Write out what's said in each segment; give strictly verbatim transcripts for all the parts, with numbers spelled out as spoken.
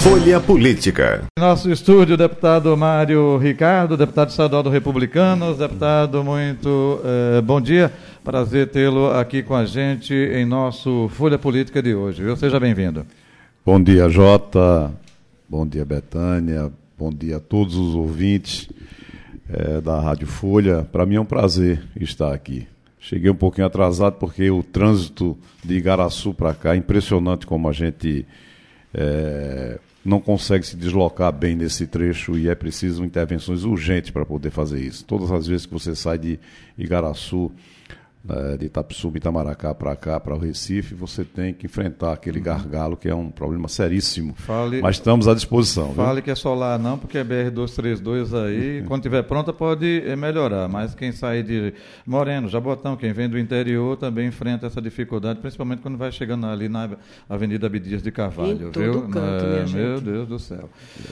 Folha Política. Nosso estúdio, deputado Mário Ricardo, deputado estadual do Republicanos. Deputado, muito eh, bom dia. Prazer tê-lo aqui com a gente em nosso Folha Política de hoje, viu? Seja bem-vindo. Bom dia, Jota. Bom dia, Betânia. Bom dia a todos os ouvintes eh, da Rádio Folha. Para mim é um prazer estar aqui. Cheguei um pouquinho atrasado porque o trânsito de Igaraçu para cá é impressionante como a gente é, não consegue se deslocar bem nesse trecho e é preciso intervenções urgentes para poder fazer isso. Todas as vezes que você sai de Igaraçu, é, de Itapissuma, Itamaracá para cá, para o Recife, você tem que enfrentar aquele gargalo que é um problema seríssimo. Fale, Mas estamos à disposição. Fale viu? que é solar não, porque é B R duzentos e trinta e dois aí, quando estiver pronta pode melhorar, mas quem sai de Moreno, Jabotão, quem vem do interior também enfrenta essa dificuldade, principalmente quando vai chegando ali na Avenida Abdias de Carvalho. Em todo viu? canto, é, minha gente. Meu Deus do céu.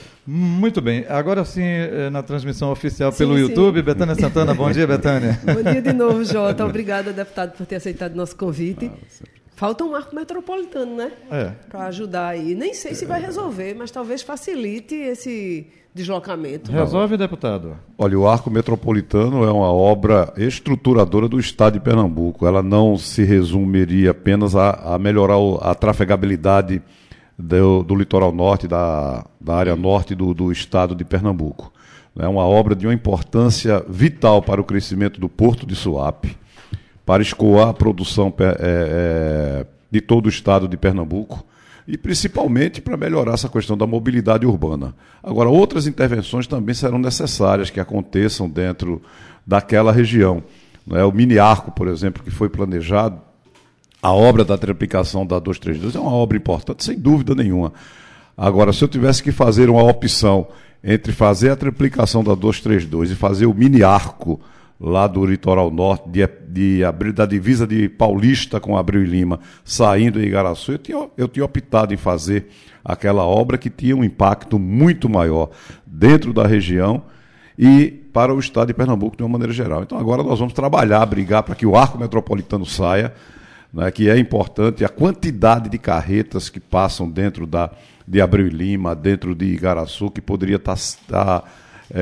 Muito bem, agora sim, na transmissão oficial pelo Sim, YouTube, sim. Betânia Santana, bom dia, Betânia. Bom dia de novo, Jota. Obrigada, deputado, por ter aceitado nosso convite. Falta um marco metropolitano, né? É. Para ajudar aí. Nem sei se vai resolver, mas talvez facilite esse deslocamento. Resolve, deputado? Olha, o Arco Metropolitano é uma obra estruturadora do Estado de Pernambuco. Ela não se resumiria apenas a, a melhorar o, a trafegabilidade do, do litoral norte, da, da área norte do, do Estado de Pernambuco. É uma obra de uma importância vital para o crescimento do Porto de Suape, para escoar a produção é, é, de todo o Estado de Pernambuco e principalmente para melhorar essa questão da mobilidade urbana. Agora, outras intervenções também serão necessárias que aconteçam dentro daquela região. Né? O mini arco, por exemplo, que foi planejado, a obra da triplicação da duzentos e trinta e dois é uma obra importante, sem dúvida nenhuma. Agora, se eu tivesse que fazer uma opção entre fazer a triplicação da duzentos e trinta e dois e fazer o mini arco lá do litoral norte, de, de, de, da divisa de Paulista com Abreu e Lima, saindo em Igaraçu, eu tinha, eu tinha optado em fazer aquela obra que tinha um impacto muito maior dentro da região e para o Estado de Pernambuco de uma maneira geral. Então agora nós vamos trabalhar, brigar para que o Arco Metropolitano saia, né, que é importante, a quantidade de carretas que passam dentro da, de Abreu e Lima, dentro de Igaraçu, que poderia estar, estar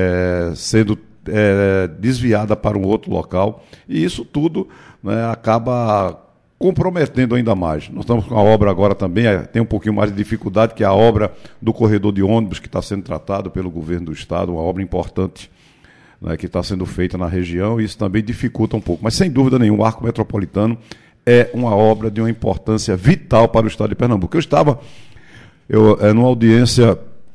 é, sendo É, desviada para um outro local, e isso tudo, né, acaba comprometendo ainda mais. Nós estamos com a obra agora também, tem um pouquinho mais de dificuldade, que é a obra do corredor de ônibus que está sendo tratado pelo governo do Estado, uma obra importante, né, que está sendo feita na região, e isso também dificulta um pouco. Mas, sem dúvida nenhuma, o Arco Metropolitano é uma obra de uma importância vital para o Estado de Pernambuco. Eu estava eu, é, numa audiência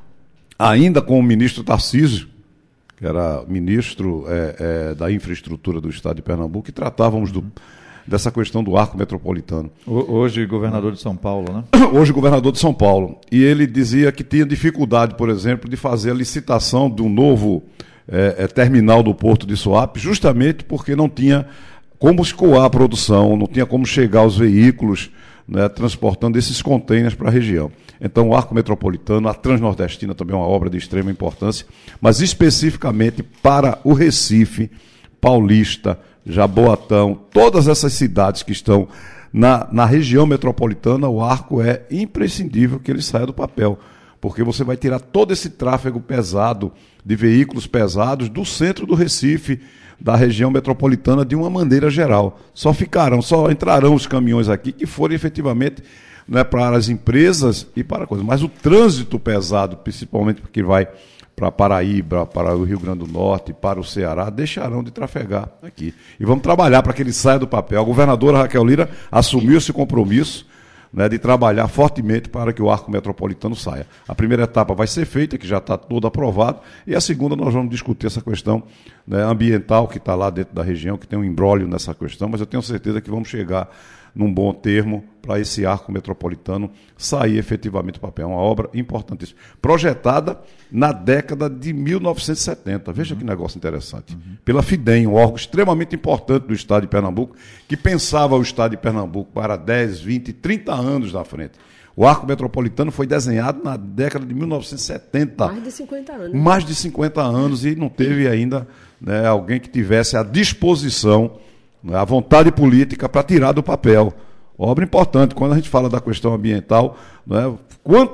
ainda com o ministro Tarcísio, que era ministro é, é, da infraestrutura do Estado de Pernambuco, e tratávamos do, dessa questão do Arco Metropolitano. Hoje governador de São Paulo, né? Hoje governador de São Paulo. E ele dizia que tinha dificuldade, por exemplo, de fazer a licitação de um novo é, é, terminal do Porto de Suape, justamente porque não tinha como escoar a produção, não tinha como chegar os veículos, né, transportando esses contêineres para a região. Então, o Arco Metropolitano, a Transnordestina também é uma obra de extrema importância, mas especificamente para o Recife, Paulista, Jaboatão, todas essas cidades que estão na, na região metropolitana, o Arco é imprescindível que ele saia do papel, porque você vai tirar todo esse tráfego pesado, de veículos pesados, do centro do Recife, da região metropolitana, de uma maneira geral. Só ficarão, só entrarão os caminhões aqui que forem efetivamente, né, para as empresas e para coisas. Mas o trânsito pesado, principalmente porque vai para Paraíba, para o Rio Grande do Norte, para o Ceará, deixarão de trafegar aqui. E vamos trabalhar para que ele saia do papel. A governadora Raquel Lira assumiu esse compromisso, né, de trabalhar fortemente para que o Arco Metropolitano saia. A primeira etapa vai ser feita, que já está todo aprovado, e a segunda nós vamos discutir essa questão, né, ambiental que está lá dentro da região, que tem um imbróglio nessa questão, mas eu tenho certeza que vamos chegar num bom termo para esse Arco Metropolitano sair efetivamente do papel. É uma obra importantíssima. Projetada na década de mil novecentos e setenta. Veja, uhum, que negócio interessante. Uhum. Pela FIDEM, um órgão extremamente importante do Estado de Pernambuco, que pensava o Estado de Pernambuco para dez, vinte, trinta anos na frente. O Arco Metropolitano foi desenhado na década de mil novecentos e setenta. Mais de cinquenta anos. Mais de cinquenta anos, e não teve ainda, né, alguém que tivesse a disposição, né, a vontade política para tirar do papel. Obra importante. Quando a gente fala da questão ambiental, né, quanto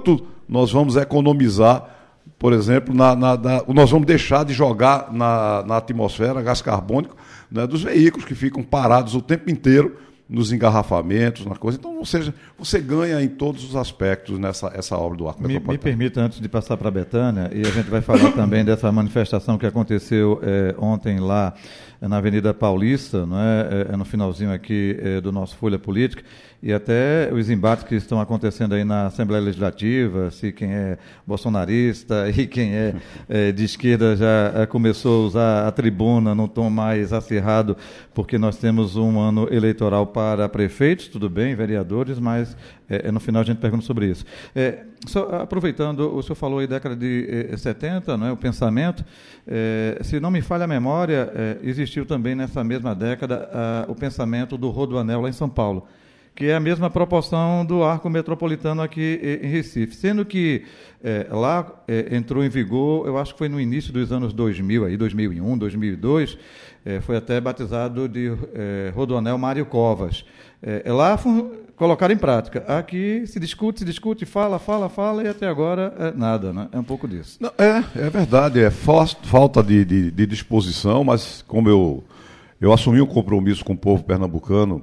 nós vamos economizar, por exemplo, na, na, na, nós vamos deixar de jogar na, na atmosfera gás carbônico, né, dos veículos que ficam parados o tempo inteiro nos engarrafamentos, na coisa. Então, ou seja, você ganha em todos os aspectos nessa essa obra do Arco me, Metropolitano. Me permita, antes de passar para a Betânia, e a gente vai falar também dessa manifestação que aconteceu é, ontem lá na Avenida Paulista, não é? É, é no finalzinho aqui é, do nosso Folha Política, e até os embates que estão acontecendo aí na Assembleia Legislativa, se quem é bolsonarista e quem é, é de esquerda já é, começou a usar a tribuna num tom mais acirrado, porque nós temos um ano eleitoral para prefeitos, tudo bem, vereadores, mas é, no final a gente pergunta sobre isso. É, só, aproveitando, o senhor falou aí década de é, setenta, não é, o pensamento, é, se não me falha a memória, é, existiu também nessa mesma década a, o pensamento do Rodoanel lá em São Paulo, que é a mesma proporção do arco metropolitano aqui em Recife, sendo que é, lá é, entrou em vigor, eu acho que foi no início dos anos dois mil, aí, dois mil e um, dois mil e dois, é, foi até batizado de é, Rodoanel Mário Covas. É, lá colocaram em prática. Aqui se discute, se discute, fala, fala, fala, e até agora é nada, né? É um pouco disso. Não, é, é verdade, é falta de, de, de disposição, mas como eu, eu assumi um compromisso com o povo pernambucano,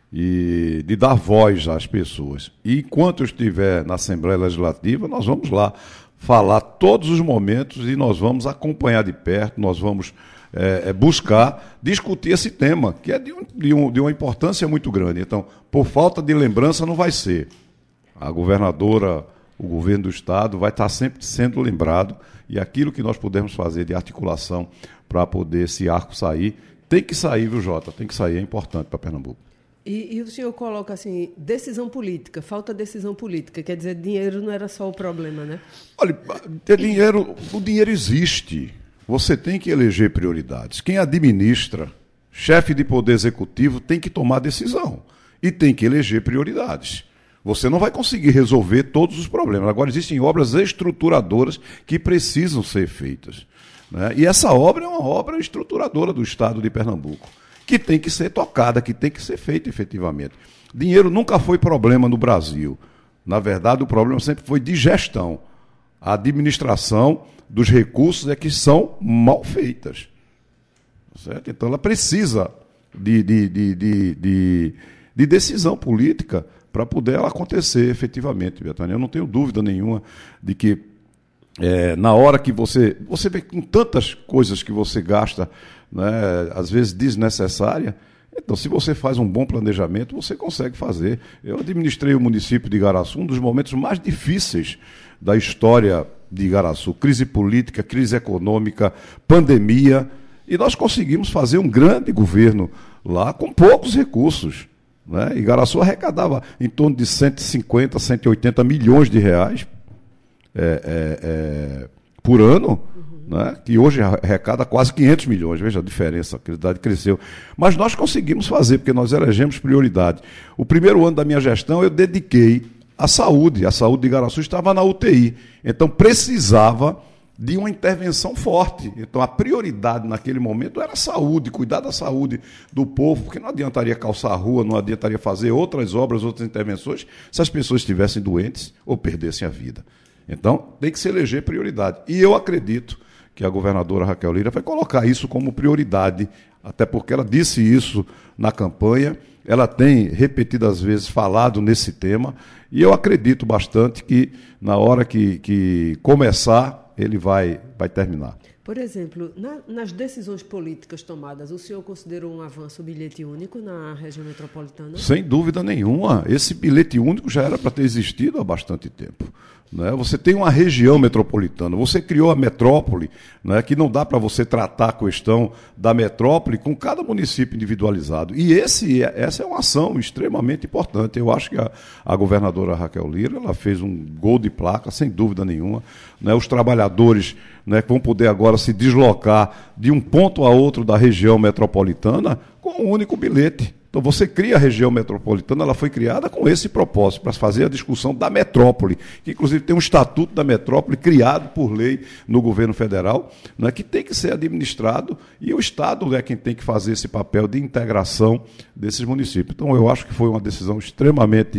e de dar voz às pessoas. E enquanto eu estiver na Assembleia Legislativa, nós vamos lá falar todos os momentos e nós vamos acompanhar de perto, nós vamos é, buscar discutir esse tema, que é de, um, de, um, de uma importância muito grande. Então, por falta de lembrança, não vai ser. A governadora, o governo do Estado vai estar sempre sendo lembrado, e aquilo que nós pudermos fazer de articulação para poder esse arco sair, tem que sair, viu, Jota? Tem que sair, é importante para Pernambuco. E, e o senhor coloca assim, decisão política, falta decisão política, quer dizer, dinheiro não era só o problema, né? Olha, ter dinheiro, o dinheiro existe, você tem que eleger prioridades. Quem administra, chefe de poder executivo, tem que tomar decisão e tem que eleger prioridades. Você não vai conseguir resolver todos os problemas. Agora, existem obras estruturadoras que precisam ser feitas, né? E essa obra é uma obra estruturadora do Estado de Pernambuco, que tem que ser tocada, que tem que ser feita efetivamente. Dinheiro nunca foi problema no Brasil. Na verdade, o problema sempre foi de gestão. A administração dos recursos é que são mal feitas. Certo? Então, ela precisa de, de, de, de, de, de decisão política para poder ela acontecer efetivamente, Betânia. Eu não tenho dúvida nenhuma de que, é, na hora que você... Você vê com tantas coisas que você gasta, né, às vezes desnecessária, então se você faz um bom planejamento, você consegue fazer. Eu administrei o município de Igaraçu, um dos momentos mais difíceis da história de Igaraçu, crise política, crise econômica, pandemia, e nós conseguimos fazer um grande governo lá com poucos recursos, né? Igaraçu arrecadava em torno de cento e cinquenta, cento e oitenta milhões de reais é, é, é, por ano, né, que hoje arrecada quase quinhentos milhões, veja a diferença, a qualidade cresceu. Mas nós conseguimos fazer, porque nós elegemos prioridade. O primeiro ano da minha gestão eu dediquei à saúde, a saúde de Igaraçu estava na U T I, então precisava de uma intervenção forte. Então a prioridade naquele momento era a saúde, cuidar da saúde do povo, porque não adiantaria calçar a rua, não adiantaria fazer outras obras, outras intervenções, se as pessoas estivessem doentes ou perdessem a vida. Então tem que se eleger prioridade. E eu acredito que a governadora Raquel Lira vai colocar isso como prioridade, até porque ela disse isso na campanha, ela tem repetidas vezes falado nesse tema, e eu acredito bastante que na hora que, que começar, ele vai, vai terminar. Por exemplo, na, nas decisões políticas tomadas, o senhor considerou um avanço o bilhete único na região metropolitana? Sem dúvida nenhuma. Esse bilhete único já era para ter existido há bastante tempo. Né? Você tem uma região metropolitana, você criou a metrópole, né, que não dá para você tratar a questão da metrópole com cada município individualizado. E esse, essa é uma ação extremamente importante. Eu acho que a, a governadora Raquel Lira ela fez um gol de placa, sem dúvida nenhuma. Né? Os trabalhadores, né, vão poder agora se deslocar de um ponto a outro da região metropolitana com um único bilhete. Então você cria a região metropolitana, ela foi criada com esse propósito, para fazer a discussão da metrópole, que inclusive tem um estatuto da metrópole criado por lei no governo federal, né, que tem que ser administrado, e o Estado é quem tem que fazer esse papel de integração desses municípios. Então eu acho que foi uma decisão extremamente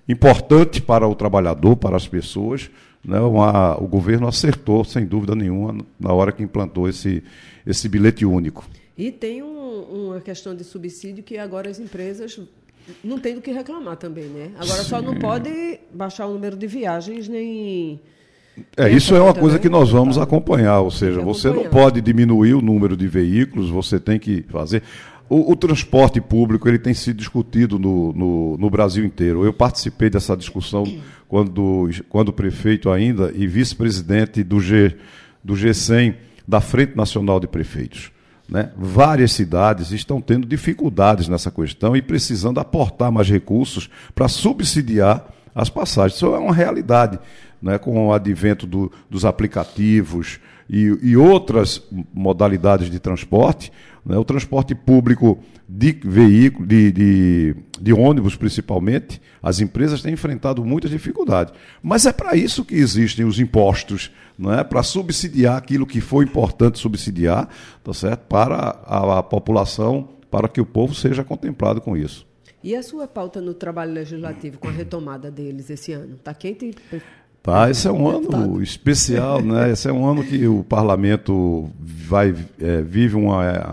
importante para o trabalhador, para as pessoas, né? Uma, o governo acertou, sem dúvida nenhuma, na hora que implantou esse, esse bilhete único. E tem um, uma questão de subsídio que agora as empresas não têm do que reclamar também, né? Agora Sim. só não pode baixar o número de viagens nem... É, isso é uma coisa que nós vamos acompanhar, ou seja, você não pode diminuir o número de veículos, você tem que fazer... O, o transporte público ele tem sido discutido no, no, no Brasil inteiro. Eu participei dessa discussão quando, quando prefeito ainda e vice-presidente do, G, do G cem, da Frente Nacional de Prefeitos. Né? Várias cidades estão tendo dificuldades nessa questão e precisando aportar mais recursos para subsidiar as passagens. Isso é uma realidade, né? Com o advento do, dos aplicativos e, e outras modalidades de transporte, né? O transporte público de veículo, de, de, de ônibus principalmente, as empresas têm enfrentado muitas dificuldades. Mas é para isso que existem os impostos, não é? Para subsidiar aquilo que foi importante subsidiar, tá certo? Para a, a população, para que o povo seja contemplado com isso. E a sua pauta no trabalho legislativo, com a retomada deles esse ano? Está quente? Tá, esse é um ano especial, né? Esse é um ano que o parlamento vai, é, vive uma, é,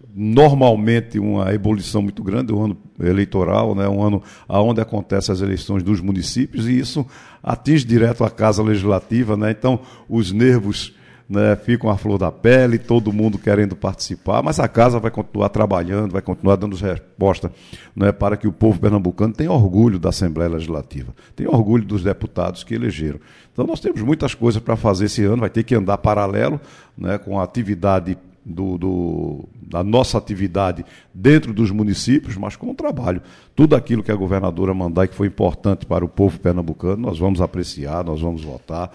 normalmente uma ebulição muito grande, um ano eleitoral, né? Um ano onde acontecem as eleições dos municípios e isso atinge direto a Casa Legislativa, né? Então os nervos, né, ficam à flor da pele, todo mundo querendo participar, mas a Casa vai continuar trabalhando, vai continuar dando resposta, né, para que o povo pernambucano tenha orgulho da Assembleia Legislativa, tenha orgulho dos deputados que elegeram. Então nós temos muitas coisas para fazer esse ano, vai ter que andar paralelo, né, com a atividade do, do, da nossa atividade dentro dos municípios, mas com o trabalho. Tudo aquilo que a governadora mandar e que foi importante para o povo pernambucano, nós vamos apreciar, nós vamos votar.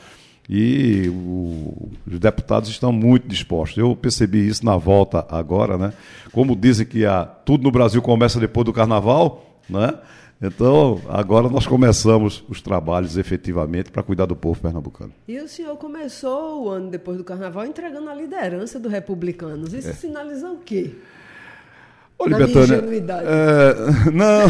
E o, os deputados estão muito dispostos. Eu percebi isso na volta agora, né? Como dizem que a, tudo no Brasil começa depois do Carnaval, né? Então, agora nós começamos os trabalhos efetivamente para cuidar do povo pernambucano. E o senhor começou o ano depois do Carnaval entregando a liderança do Republicanos. Isso é. Sinaliza o quê? Olha, Betânia, é, não,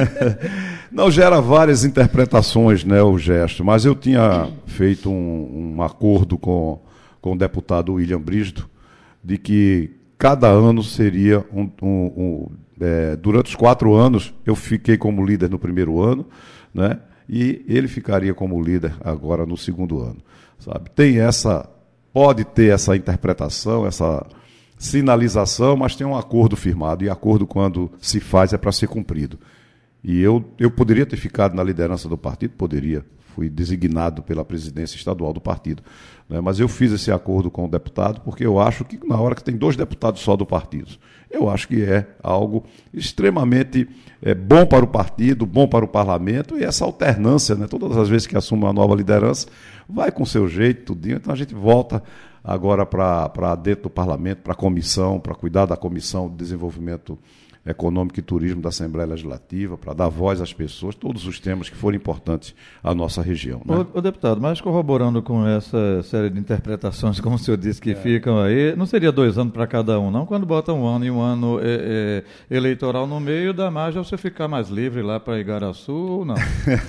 não gera várias interpretações, né, o gesto, mas eu tinha feito um, um acordo com, com o deputado William Brígido de que cada ano seria um, um, um é, durante os quatro anos eu fiquei como líder no primeiro ano, né, e ele ficaria como líder agora no segundo ano, sabe? Tem essa, pode ter essa interpretação, essa sinalização, mas tem um acordo firmado, e acordo quando se faz é para ser cumprido. E eu, eu poderia ter ficado na liderança do partido, poderia, fui designado pela presidência estadual do partido, né? Mas eu fiz esse acordo com o deputado, porque eu acho que na hora que tem dois deputados só do partido, eu acho que é algo extremamente é, bom para o partido, bom para o parlamento, e essa alternância, né? Todas as vezes que assume uma nova liderança, vai com seu jeito, tudinho, então a gente volta agora para dentro do parlamento, para a comissão, para cuidar da Comissão de Desenvolvimento Econômico e Turismo da Assembleia Legislativa, para dar voz às pessoas, todos os temas que forem importantes à nossa região. Né? O, o deputado, mas corroborando com essa série de interpretações, como o senhor disse, que é. ficam aí, não seria dois anos para cada um, não? Quando bota um ano e um ano é, é, eleitoral no meio, dá margem você ficar mais livre lá para Igaraçu ou não?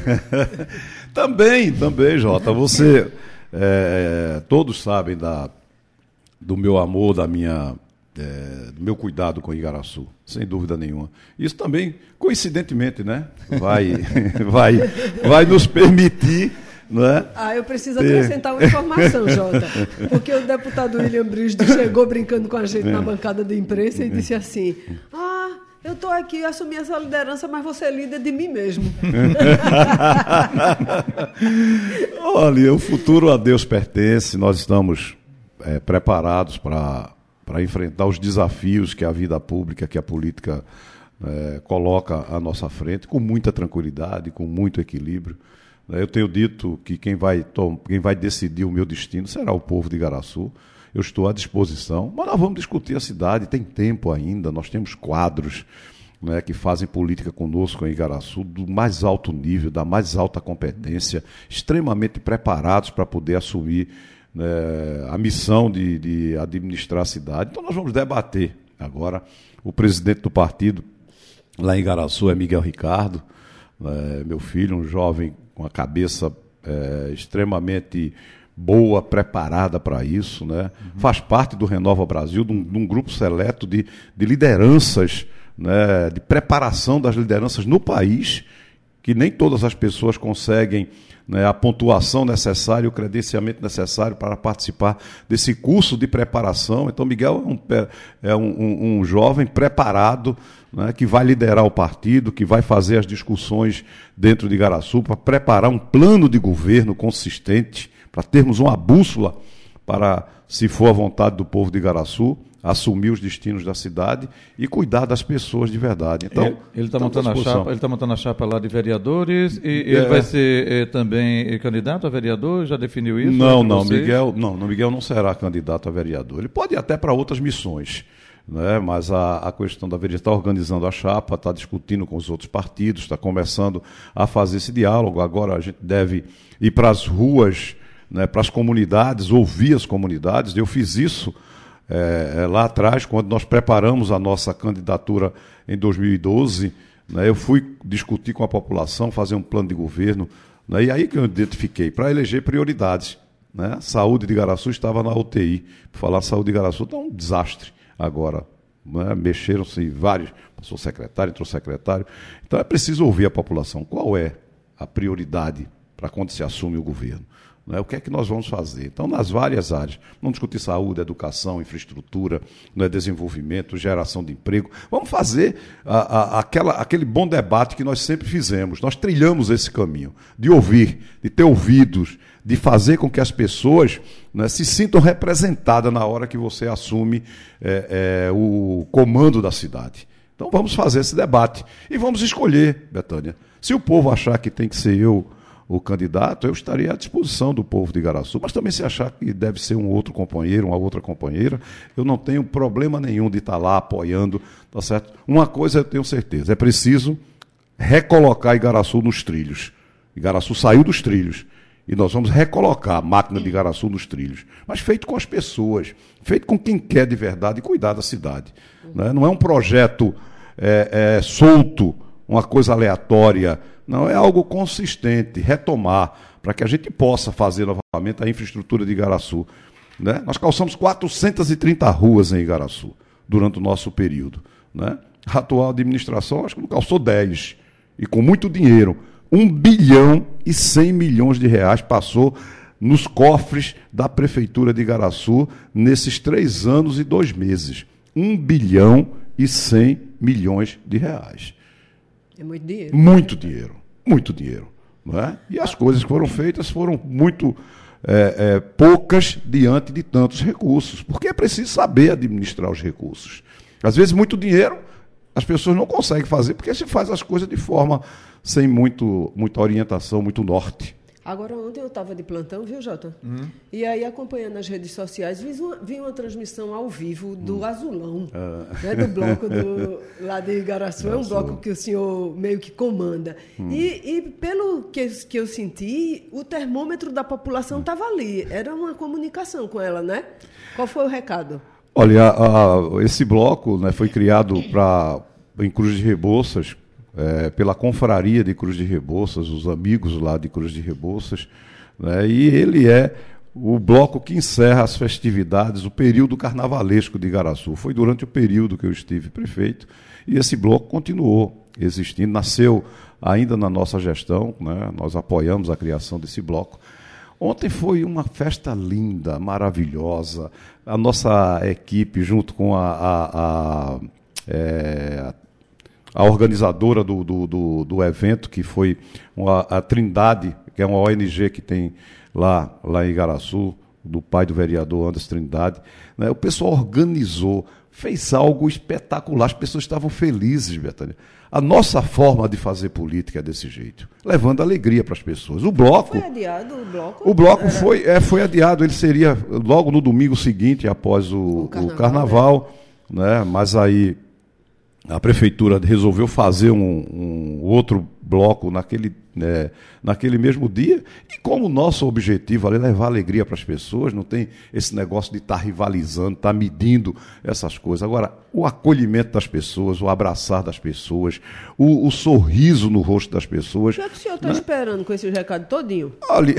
Também, também, Jota. Você... É, todos sabem da, do meu amor, da minha, é, do meu cuidado com Igaraçu, sem dúvida nenhuma. Isso também, coincidentemente, né, vai, vai, vai nos permitir... Né, ah, eu preciso ter... acrescentar uma informação, Jota, porque o deputado William Brígido chegou brincando com a gente é. na bancada de imprensa e disse assim, ah... eu estou aqui, assumi essa liderança, mas você é líder de mim mesmo. Olha, o futuro a Deus pertence, nós estamos é, preparados para para enfrentar os desafios que a vida pública, que a política é, coloca à nossa frente, com muita tranquilidade, com muito equilíbrio. Eu tenho dito que quem vai, quem vai decidir o meu destino será o povo de Igaraçu. Eu estou à disposição, mas nós vamos discutir a cidade, tem tempo ainda, nós temos quadros, né, que fazem política conosco em Igaraçu, do mais alto nível, da mais alta competência, extremamente preparados para poder assumir, né, a missão de, de administrar a cidade. Então nós vamos debater agora. O presidente do partido lá em Igaraçu é Miguel Ricardo, É, meu filho, um jovem com a cabeça é, extremamente boa, preparada para isso, né? Uhum. Faz parte do Renova Brasil, de um, de um grupo seleto de, de lideranças, né? De preparação das lideranças no país, que nem todas as pessoas conseguem, né, a pontuação necessária, o credenciamento necessário para participar desse curso de preparação. Então, Miguel é um, é um, um, um jovem preparado, né, que vai liderar o partido, que vai fazer as discussões dentro de Igaraçu para preparar um plano de governo consistente, para termos uma bússola para, se for a vontade do povo de Igaraçu, assumir os destinos da cidade e cuidar das pessoas de verdade. Então, ele está montando a chapa, ele está montando a chapa lá de vereadores e ele é. vai ser é, também candidato a vereador. Já definiu isso? Não, não, vocês? Miguel, não, Miguel não será candidato a vereador. Ele pode ir até para outras missões, né? Mas a, a questão da vereadora está organizando a chapa, está discutindo com os outros partidos, está começando a fazer esse diálogo. Agora a gente deve ir para as ruas, né, para as comunidades, ouvir as comunidades. Eu fiz isso É, é, lá atrás, quando nós preparamos a nossa candidatura em dois mil e doze, né, eu fui discutir com a população, fazer um plano de governo, né, e aí que eu identifiquei, para eleger prioridades. Né, a saúde de Igaraçu estava na U T I. Por falar, a saúde de Igaraçu está um desastre agora. Né, mexeram-se vários, passou secretário, entrou secretário. Então é preciso ouvir a população. Qual é a prioridade para quando se assume o governo? O que é que nós vamos fazer? Então, nas várias áreas, vamos discutir saúde, educação, infraestrutura, né, desenvolvimento, geração de emprego. Vamos fazer a, a, aquela, aquele bom debate que nós sempre fizemos. Nós trilhamos esse caminho de ouvir, de ter ouvidos, de fazer com que as pessoas, né, se sintam representadas na hora que você assume é, é, o comando da cidade. Então, vamos fazer esse debate. E vamos escolher, Betânia. Se o povo achar que tem que ser eu o candidato, eu estaria à disposição do povo de Igaraçu, mas também se achar que deve ser um outro companheiro, uma outra companheira, eu não tenho problema nenhum de estar lá apoiando, tá certo? Uma coisa eu tenho certeza, é preciso recolocar Igaraçu nos trilhos. Igaraçu saiu dos trilhos e nós vamos recolocar a máquina de Igaraçu nos trilhos, mas feito com as pessoas, feito com quem quer de verdade cuidar da cidade. Né? Não é um projeto é, é, solto, uma coisa aleatória. Não, é algo consistente, retomar, para que a gente possa fazer novamente a infraestrutura de Igaraçu. Né? Nós calçamos quatrocentas e trinta ruas em Igaraçu durante o nosso período. Né? A atual administração, acho que calçou dez, e com muito dinheiro. um bilhão e cem milhões de reais passou nos cofres da Prefeitura de Igaraçu nesses três anos e dois meses. um bilhão e cem milhões de reais. É muito dinheiro. Muito dinheiro, muito dinheiro. Não é? E as coisas que foram feitas foram muito é, é, poucas diante de tantos recursos, porque é preciso saber administrar os recursos. Às vezes, muito dinheiro, as pessoas não conseguem fazer, porque se faz as coisas de forma sem muito, muita orientação, muito norte. Agora, ontem eu estava de plantão, viu, Jota? Hum. E aí, acompanhando nas redes sociais, vi uma, vi uma transmissão ao vivo do hum. Azulão, ah. né, do bloco do, lá de Igaraçu. É um bloco que o senhor meio que comanda. Hum. E, e, pelo que, que eu senti, o termômetro da população estava hum. ali. Era uma comunicação com ela, né? Qual foi o recado? Olha, a, a, esse bloco, né, foi criado pra, em Cruz de Rebouças, É, pela confraria de Cruz de Rebouças, os amigos lá de Cruz de Rebouças, né, e ele é o bloco que encerra as festividades, o período carnavalesco de Igaraçu. Foi durante o período que eu estive prefeito, e esse bloco continuou existindo, nasceu ainda na nossa gestão, né, nós apoiamos a criação desse bloco. Ontem foi uma festa linda, maravilhosa, a nossa equipe, junto com a, a, a, é, a a organizadora do, do, do, do evento, que foi uma, a Trindade, que é uma O N G que tem lá, lá em Igaraçu, do pai do vereador Anderson Trindade, né? O pessoal organizou, fez algo espetacular, as pessoas estavam felizes, Betânia. A nossa forma de fazer política é desse jeito, levando alegria para as pessoas. O bloco... Foi adiado o bloco? O bloco Era... foi, é, foi adiado, ele seria logo no domingo seguinte, após o, o carnaval, o carnaval, né? Mas aí... a prefeitura resolveu fazer um, um outro bloco naquele, é, naquele mesmo dia, e como o nosso objetivo ali é levar alegria para as pessoas, não tem esse negócio de estar tá rivalizando, estar tá medindo essas coisas. Agora, o acolhimento das pessoas, o abraçar das pessoas, o, o sorriso no rosto das pessoas... O que é que o senhor está, né, esperando com esse recado todinho? Olha,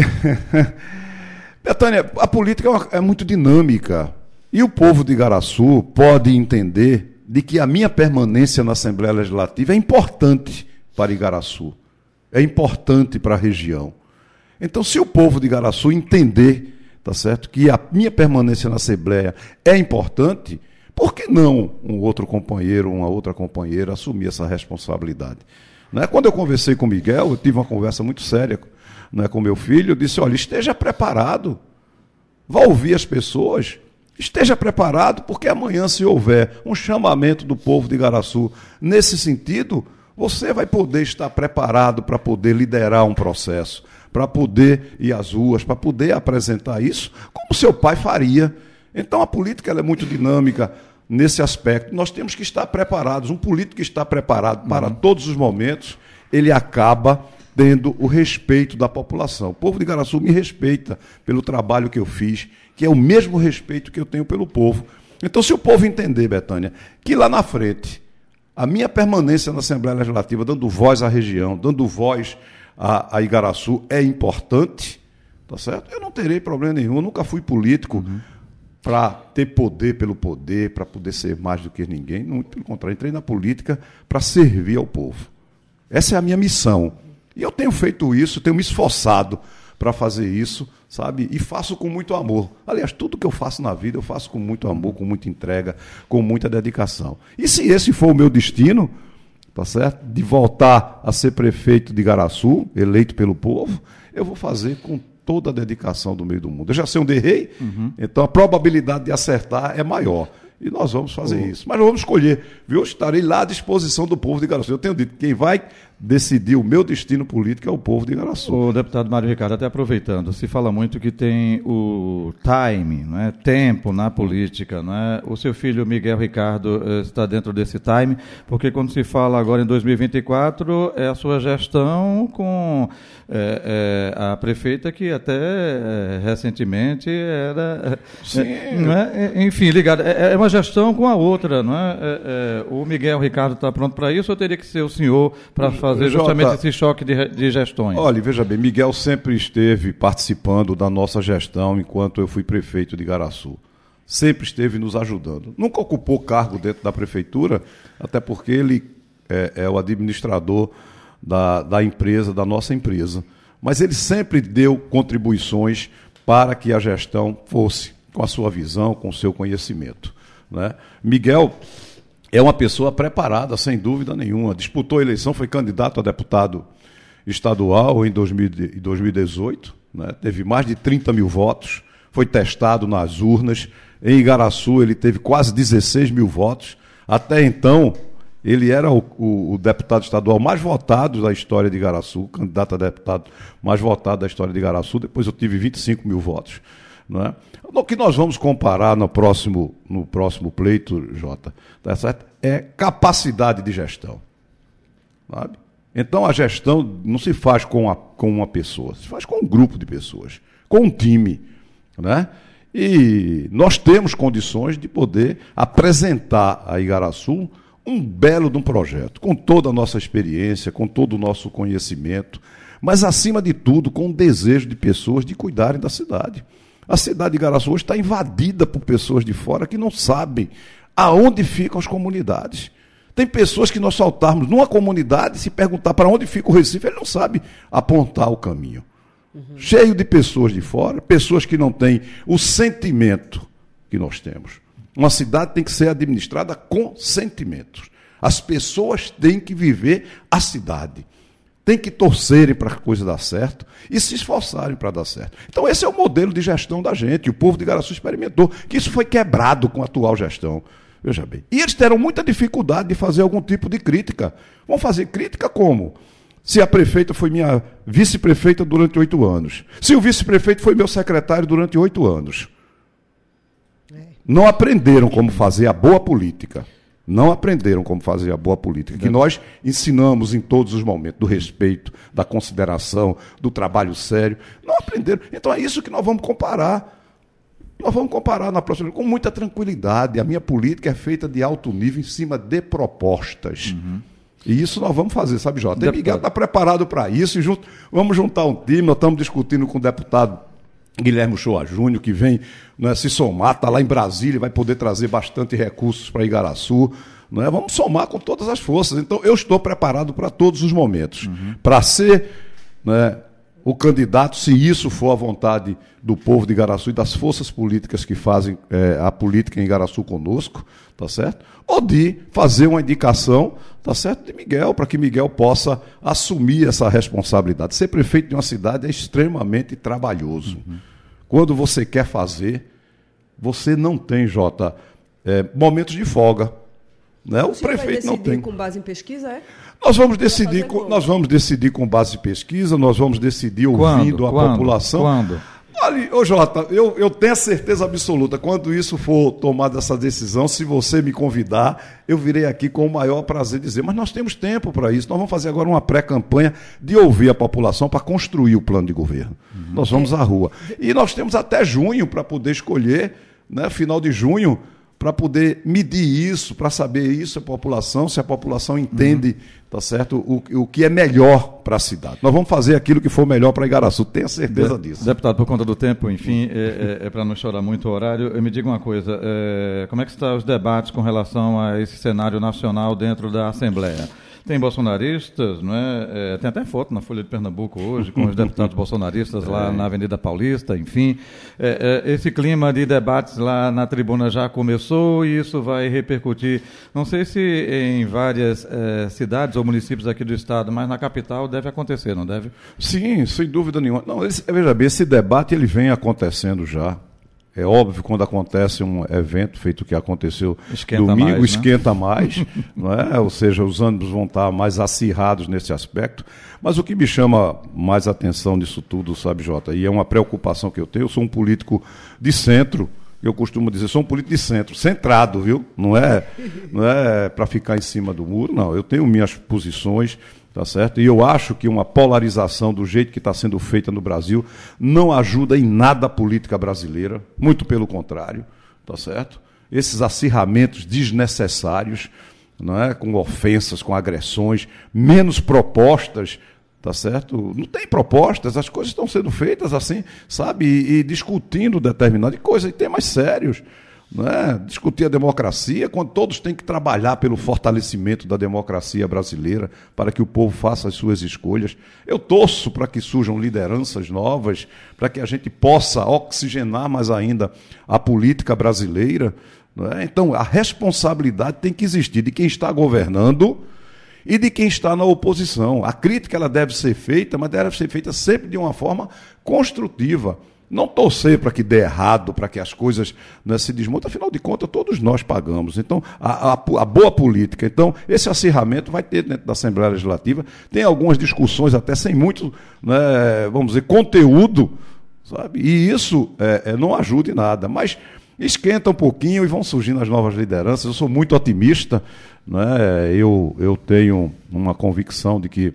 Betânia, a política é, uma, é muito dinâmica, e o povo de Igaraçu pode entender de que a minha permanência na Assembleia Legislativa é importante para Igaraçu, é importante para a região. Então, se o povo de Igaraçu entender, tá certo, que a minha permanência na Assembleia é importante, por que não um outro companheiro, uma outra companheira assumir essa responsabilidade? Né? Quando eu conversei com o Miguel, eu tive uma conversa muito séria, né, com meu filho, eu disse, olha, esteja preparado, vá ouvir as pessoas, esteja preparado, porque amanhã, se houver um chamamento do povo de Igaraçu nesse sentido, você vai poder estar preparado para poder liderar um processo, para poder ir às ruas, para poder apresentar isso, como seu pai faria. Então, a política ela é muito dinâmica nesse aspecto. Nós temos que estar preparados. Um político que está preparado para uhum. todos os momentos, ele acaba tendo o respeito da população. O povo de Igaraçu me respeita pelo trabalho que eu fiz, que é o mesmo respeito que eu tenho pelo povo. Então, se o povo entender, Betânia, que lá na frente, a minha permanência na Assembleia Legislativa, dando voz à região, dando voz a, a Igaraçu, é importante, tá certo? Eu não terei problema nenhum, eu nunca fui político uhum. para ter poder pelo poder, para poder ser mais do que ninguém. Não, pelo contrário, entrei na política para servir ao povo. Essa é a minha missão. E eu tenho feito isso, tenho me esforçado para fazer isso, sabe? E faço com muito amor. Aliás, tudo que eu faço na vida, eu faço com muito amor, com muita entrega, com muita dedicação. E se esse for o meu destino, tá certo? De voltar a ser prefeito de Igaraçu, eleito pelo povo, eu vou fazer com toda a dedicação do meio do mundo. Eu já sei onde errei, uhum. então a probabilidade de acertar é maior. E nós vamos fazer uhum. isso. Mas nós vamos escolher, viu? Eu estarei lá à disposição do povo de Igaraçu. Eu tenho dito, quem vai decidir o meu destino político é o povo de Igaraçu. O deputado Mário Ricardo, até aproveitando, se fala muito que tem o time, não é? Tempo na política, não é? O seu filho Miguel Ricardo eh, está dentro desse time, porque quando se fala agora em dois mil e vinte e quatro, é a sua gestão com eh, eh, a prefeita que até eh, recentemente era... Sim. Eh, não é? Enfim, ligado. É, é uma gestão com a outra, não é? é, é o Miguel Ricardo está pronto para isso ou teria que ser o senhor para fazer fazer justamente Jota, esse choque de, de gestões? Olha, veja bem, Miguel sempre esteve participando da nossa gestão enquanto eu fui prefeito de Igaraçu. Sempre esteve nos ajudando. Nunca ocupou cargo dentro da prefeitura, até porque ele é, é o administrador da, da empresa, da nossa empresa. Mas ele sempre deu contribuições para que a gestão fosse com a sua visão, com o seu conhecimento, né? Miguel é uma pessoa preparada, sem dúvida nenhuma. Disputou a eleição, foi candidato a deputado estadual em dois mil e dezoito, né? Teve mais de trinta mil votos, foi testado nas urnas. Em Igaraçu ele teve quase dezesseis mil votos. Até então, ele era o, o, o deputado estadual mais votado da história de Igaraçu, candidato a deputado mais votado da história de Igaraçu. Depois eu tive vinte e cinco mil votos. Não é? O que nós vamos comparar no próximo, no próximo pleito, Jota, tá certo? É capacidade de gestão. Sabe? Então a gestão não se faz com, a, com uma pessoa, se faz com um grupo de pessoas, com um time. Né? E nós temos condições de poder apresentar a Igaraçu um belo de um projeto, com toda a nossa experiência, com todo o nosso conhecimento, mas acima de tudo com o desejo de pessoas de cuidarem da cidade. A cidade de Igaraçu hoje está invadida por pessoas de fora que não sabem aonde ficam as comunidades. Tem pessoas que nós saltarmos numa comunidade, se perguntar para onde fica o Recife, ele não sabe apontar o caminho. Uhum. Cheio de pessoas de fora, pessoas que não têm o sentimento que nós temos. Uma cidade tem que ser administrada com sentimentos. As pessoas têm que viver a cidade. Tem que torcerem para a coisa dar certo e se esforçarem para dar certo. Então esse é o modelo de gestão da gente. O povo de Igaraçu experimentou, que isso foi quebrado com a atual gestão. Veja bem. E eles terão muita dificuldade de fazer algum tipo de crítica. Vão fazer crítica como? Se a prefeita foi minha vice-prefeita durante oito anos. Se o vice-prefeito foi meu secretário durante oito anos. Não aprenderam como fazer a boa política. Não aprenderam como fazer a boa política, que nós ensinamos em todos os momentos, do respeito, da consideração, do trabalho sério. Não aprenderam. Então é isso que nós vamos comparar. Nós vamos comparar na próxima com muita tranquilidade. A minha política é feita de alto nível em cima de propostas. Uhum. E isso nós vamos fazer, sabe, Jota? E Miguel está preparado para isso. E junto, vamos juntar um time. Nós estamos discutindo com o deputado Guilherme Uchoa Júnior, que vem, né, se somar, está lá em Brasília, vai poder trazer bastante recursos para Igaraçu. Né? Vamos somar com todas as forças. Então, eu estou preparado para todos os momentos. Uhum. Para ser, né, o candidato, se isso for a vontade do povo de Igaraçu e das forças políticas que fazem é, a política em Igaraçu conosco, tá certo? Ou de fazer uma indicação, tá certo, de Miguel, para que Miguel possa assumir essa responsabilidade. Ser prefeito de uma cidade é extremamente trabalhoso. Uhum. Quando você quer fazer, você não tem, Jota, é, momentos de folga. Né? O Você prefeito vai não tem. com base em pesquisa, é? Nós vamos decidir, com, nós vamos decidir com base em pesquisa, nós vamos decidir ouvindo quando, a quando, população. Quando? Olha, ô Jota, eu, eu tenho a certeza absoluta, quando isso for tomada essa decisão, se você me convidar, eu virei aqui com o maior prazer dizer, mas nós temos tempo para isso, nós vamos fazer agora uma pré-campanha de ouvir a população para construir o plano de governo. Uhum. Nós vamos à rua. E nós temos até junho para poder escolher, né, final de junho, para poder medir isso, para saber isso a população, se a população entende, uhum, tá certo, o, o que é melhor para a cidade. Nós vamos fazer aquilo que for melhor para Igaraçu, tenha certeza De, disso. Deputado, por conta do tempo, enfim, é, é, é para não chorar muito o horário, eu me diga uma coisa, é, como é que estão os debates com relação a esse cenário nacional dentro da Assembleia? Tem bolsonaristas, não é? É, tem até foto na Folha de Pernambuco hoje, com os deputados bolsonaristas lá é. na Avenida Paulista, enfim. É, é, esse clima de debates lá na tribuna já começou e isso vai repercutir, não sei se em várias é, cidades ou municípios aqui do estado, mas na capital deve acontecer, não deve? Sim, sem dúvida nenhuma. Não, esse, veja bem, esse debate ele vem acontecendo já. É óbvio, quando acontece um evento feito o que aconteceu esquenta domingo, mais, esquenta né? mais, não é? Ou seja, os ânimos vão estar mais acirrados nesse aspecto. Mas o que me chama mais atenção nisso tudo, sabe, Jota, e é uma preocupação que eu tenho, eu sou um político de centro, eu costumo dizer, sou um político de centro, centrado, viu? Não é, não é para ficar em cima do muro, não. Eu tenho minhas posições, tá certo? E eu acho que uma polarização do jeito que está sendo feita no Brasil não ajuda em nada a política brasileira, muito pelo contrário, tá certo? Esses acirramentos desnecessários, não é? Com ofensas, com agressões, menos propostas, tá certo? Não tem propostas, as coisas estão sendo feitas assim, sabe? E, e discutindo determinada coisa, e temas sérios. Não é? Discutir a democracia, quando todos têm que trabalhar pelo fortalecimento da democracia brasileira, para que o povo faça as suas escolhas. Eu torço para que surjam lideranças novas, para que a gente possa oxigenar mais ainda a política brasileira. Não é? Então, a responsabilidade tem que existir de quem está governando e de quem está na oposição. A crítica ela deve ser feita, mas deve ser feita sempre de uma forma construtiva. Não torcer para que dê errado, para que as coisas, né, se desmontem, afinal de contas, todos nós pagamos. Então, a, a, a boa política. Então, esse acirramento vai ter dentro da Assembleia Legislativa. Tem algumas discussões até sem muito, né, vamos dizer, conteúdo, sabe? E isso é, é, não ajuda em nada. Mas esquenta um pouquinho e vão surgindo as novas lideranças. Eu sou muito otimista, né? eu, eu tenho uma convicção de que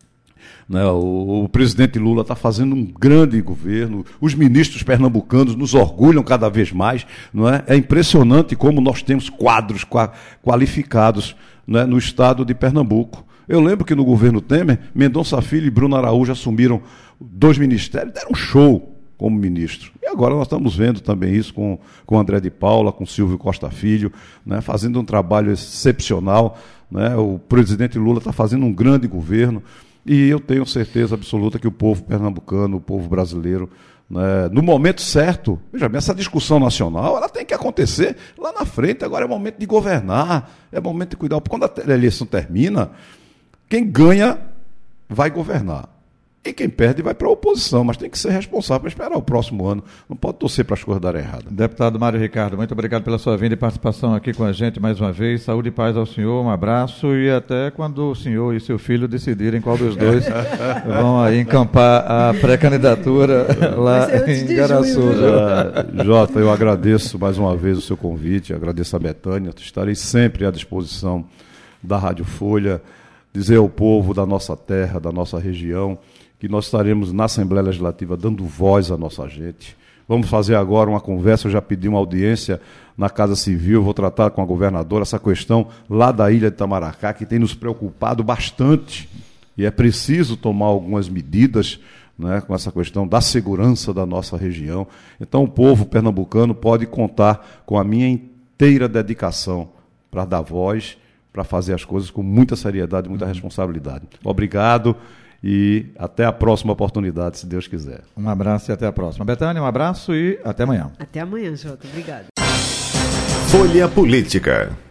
Né, o, o presidente Lula está fazendo um grande governo, os ministros pernambucanos nos orgulham cada vez mais. Não é? É impressionante como nós temos quadros qua, qualificados, né, no estado de Pernambuco. Eu lembro que no governo Temer, Mendonça Filho e Bruno Araújo assumiram dois ministérios, deram um show como ministro. E agora nós estamos vendo também isso com, com André de Paula, com Silvio Costa Filho, né, fazendo um trabalho excepcional. Né? O presidente Lula está fazendo um grande governo. E eu tenho certeza absoluta que o povo pernambucano, o povo brasileiro, né, no momento certo, veja bem, essa discussão nacional, ela tem que acontecer lá na frente. Agora é momento de governar, é momento de cuidar. Quando a eleição termina, quem ganha vai governar. E quem perde vai para a oposição, mas tem que ser responsável para esperar o próximo ano. Não pode torcer para as coisas darem errado. Deputado Mário Ricardo, muito obrigado pela sua vinda e participação aqui com a gente mais uma vez. Saúde e paz ao senhor, um abraço e até quando o senhor e seu filho decidirem qual dos dois vão aí encampar a pré-candidatura lá em Igaraçu. Uh, Jota, eu agradeço mais uma vez o seu convite, agradeço a Betânia, estarei sempre à disposição da Rádio Folha, dizer ao povo da nossa terra, da nossa região, que nós estaremos na Assembleia Legislativa dando voz à nossa gente. Vamos fazer agora uma conversa, eu já pedi uma audiência na Casa Civil, vou tratar com a governadora essa questão lá da Ilha de Itamaracá, que tem nos preocupado bastante, e é preciso tomar algumas medidas, né, com essa questão da segurança da nossa região. Então o povo pernambucano pode contar com a minha inteira dedicação para dar voz, para fazer as coisas com muita seriedade, muita responsabilidade. Obrigado. E até a próxima oportunidade, se Deus quiser. Um abraço e até a próxima. Betânia, um abraço e até amanhã. Até amanhã, Jota. Obrigado. Folha Política.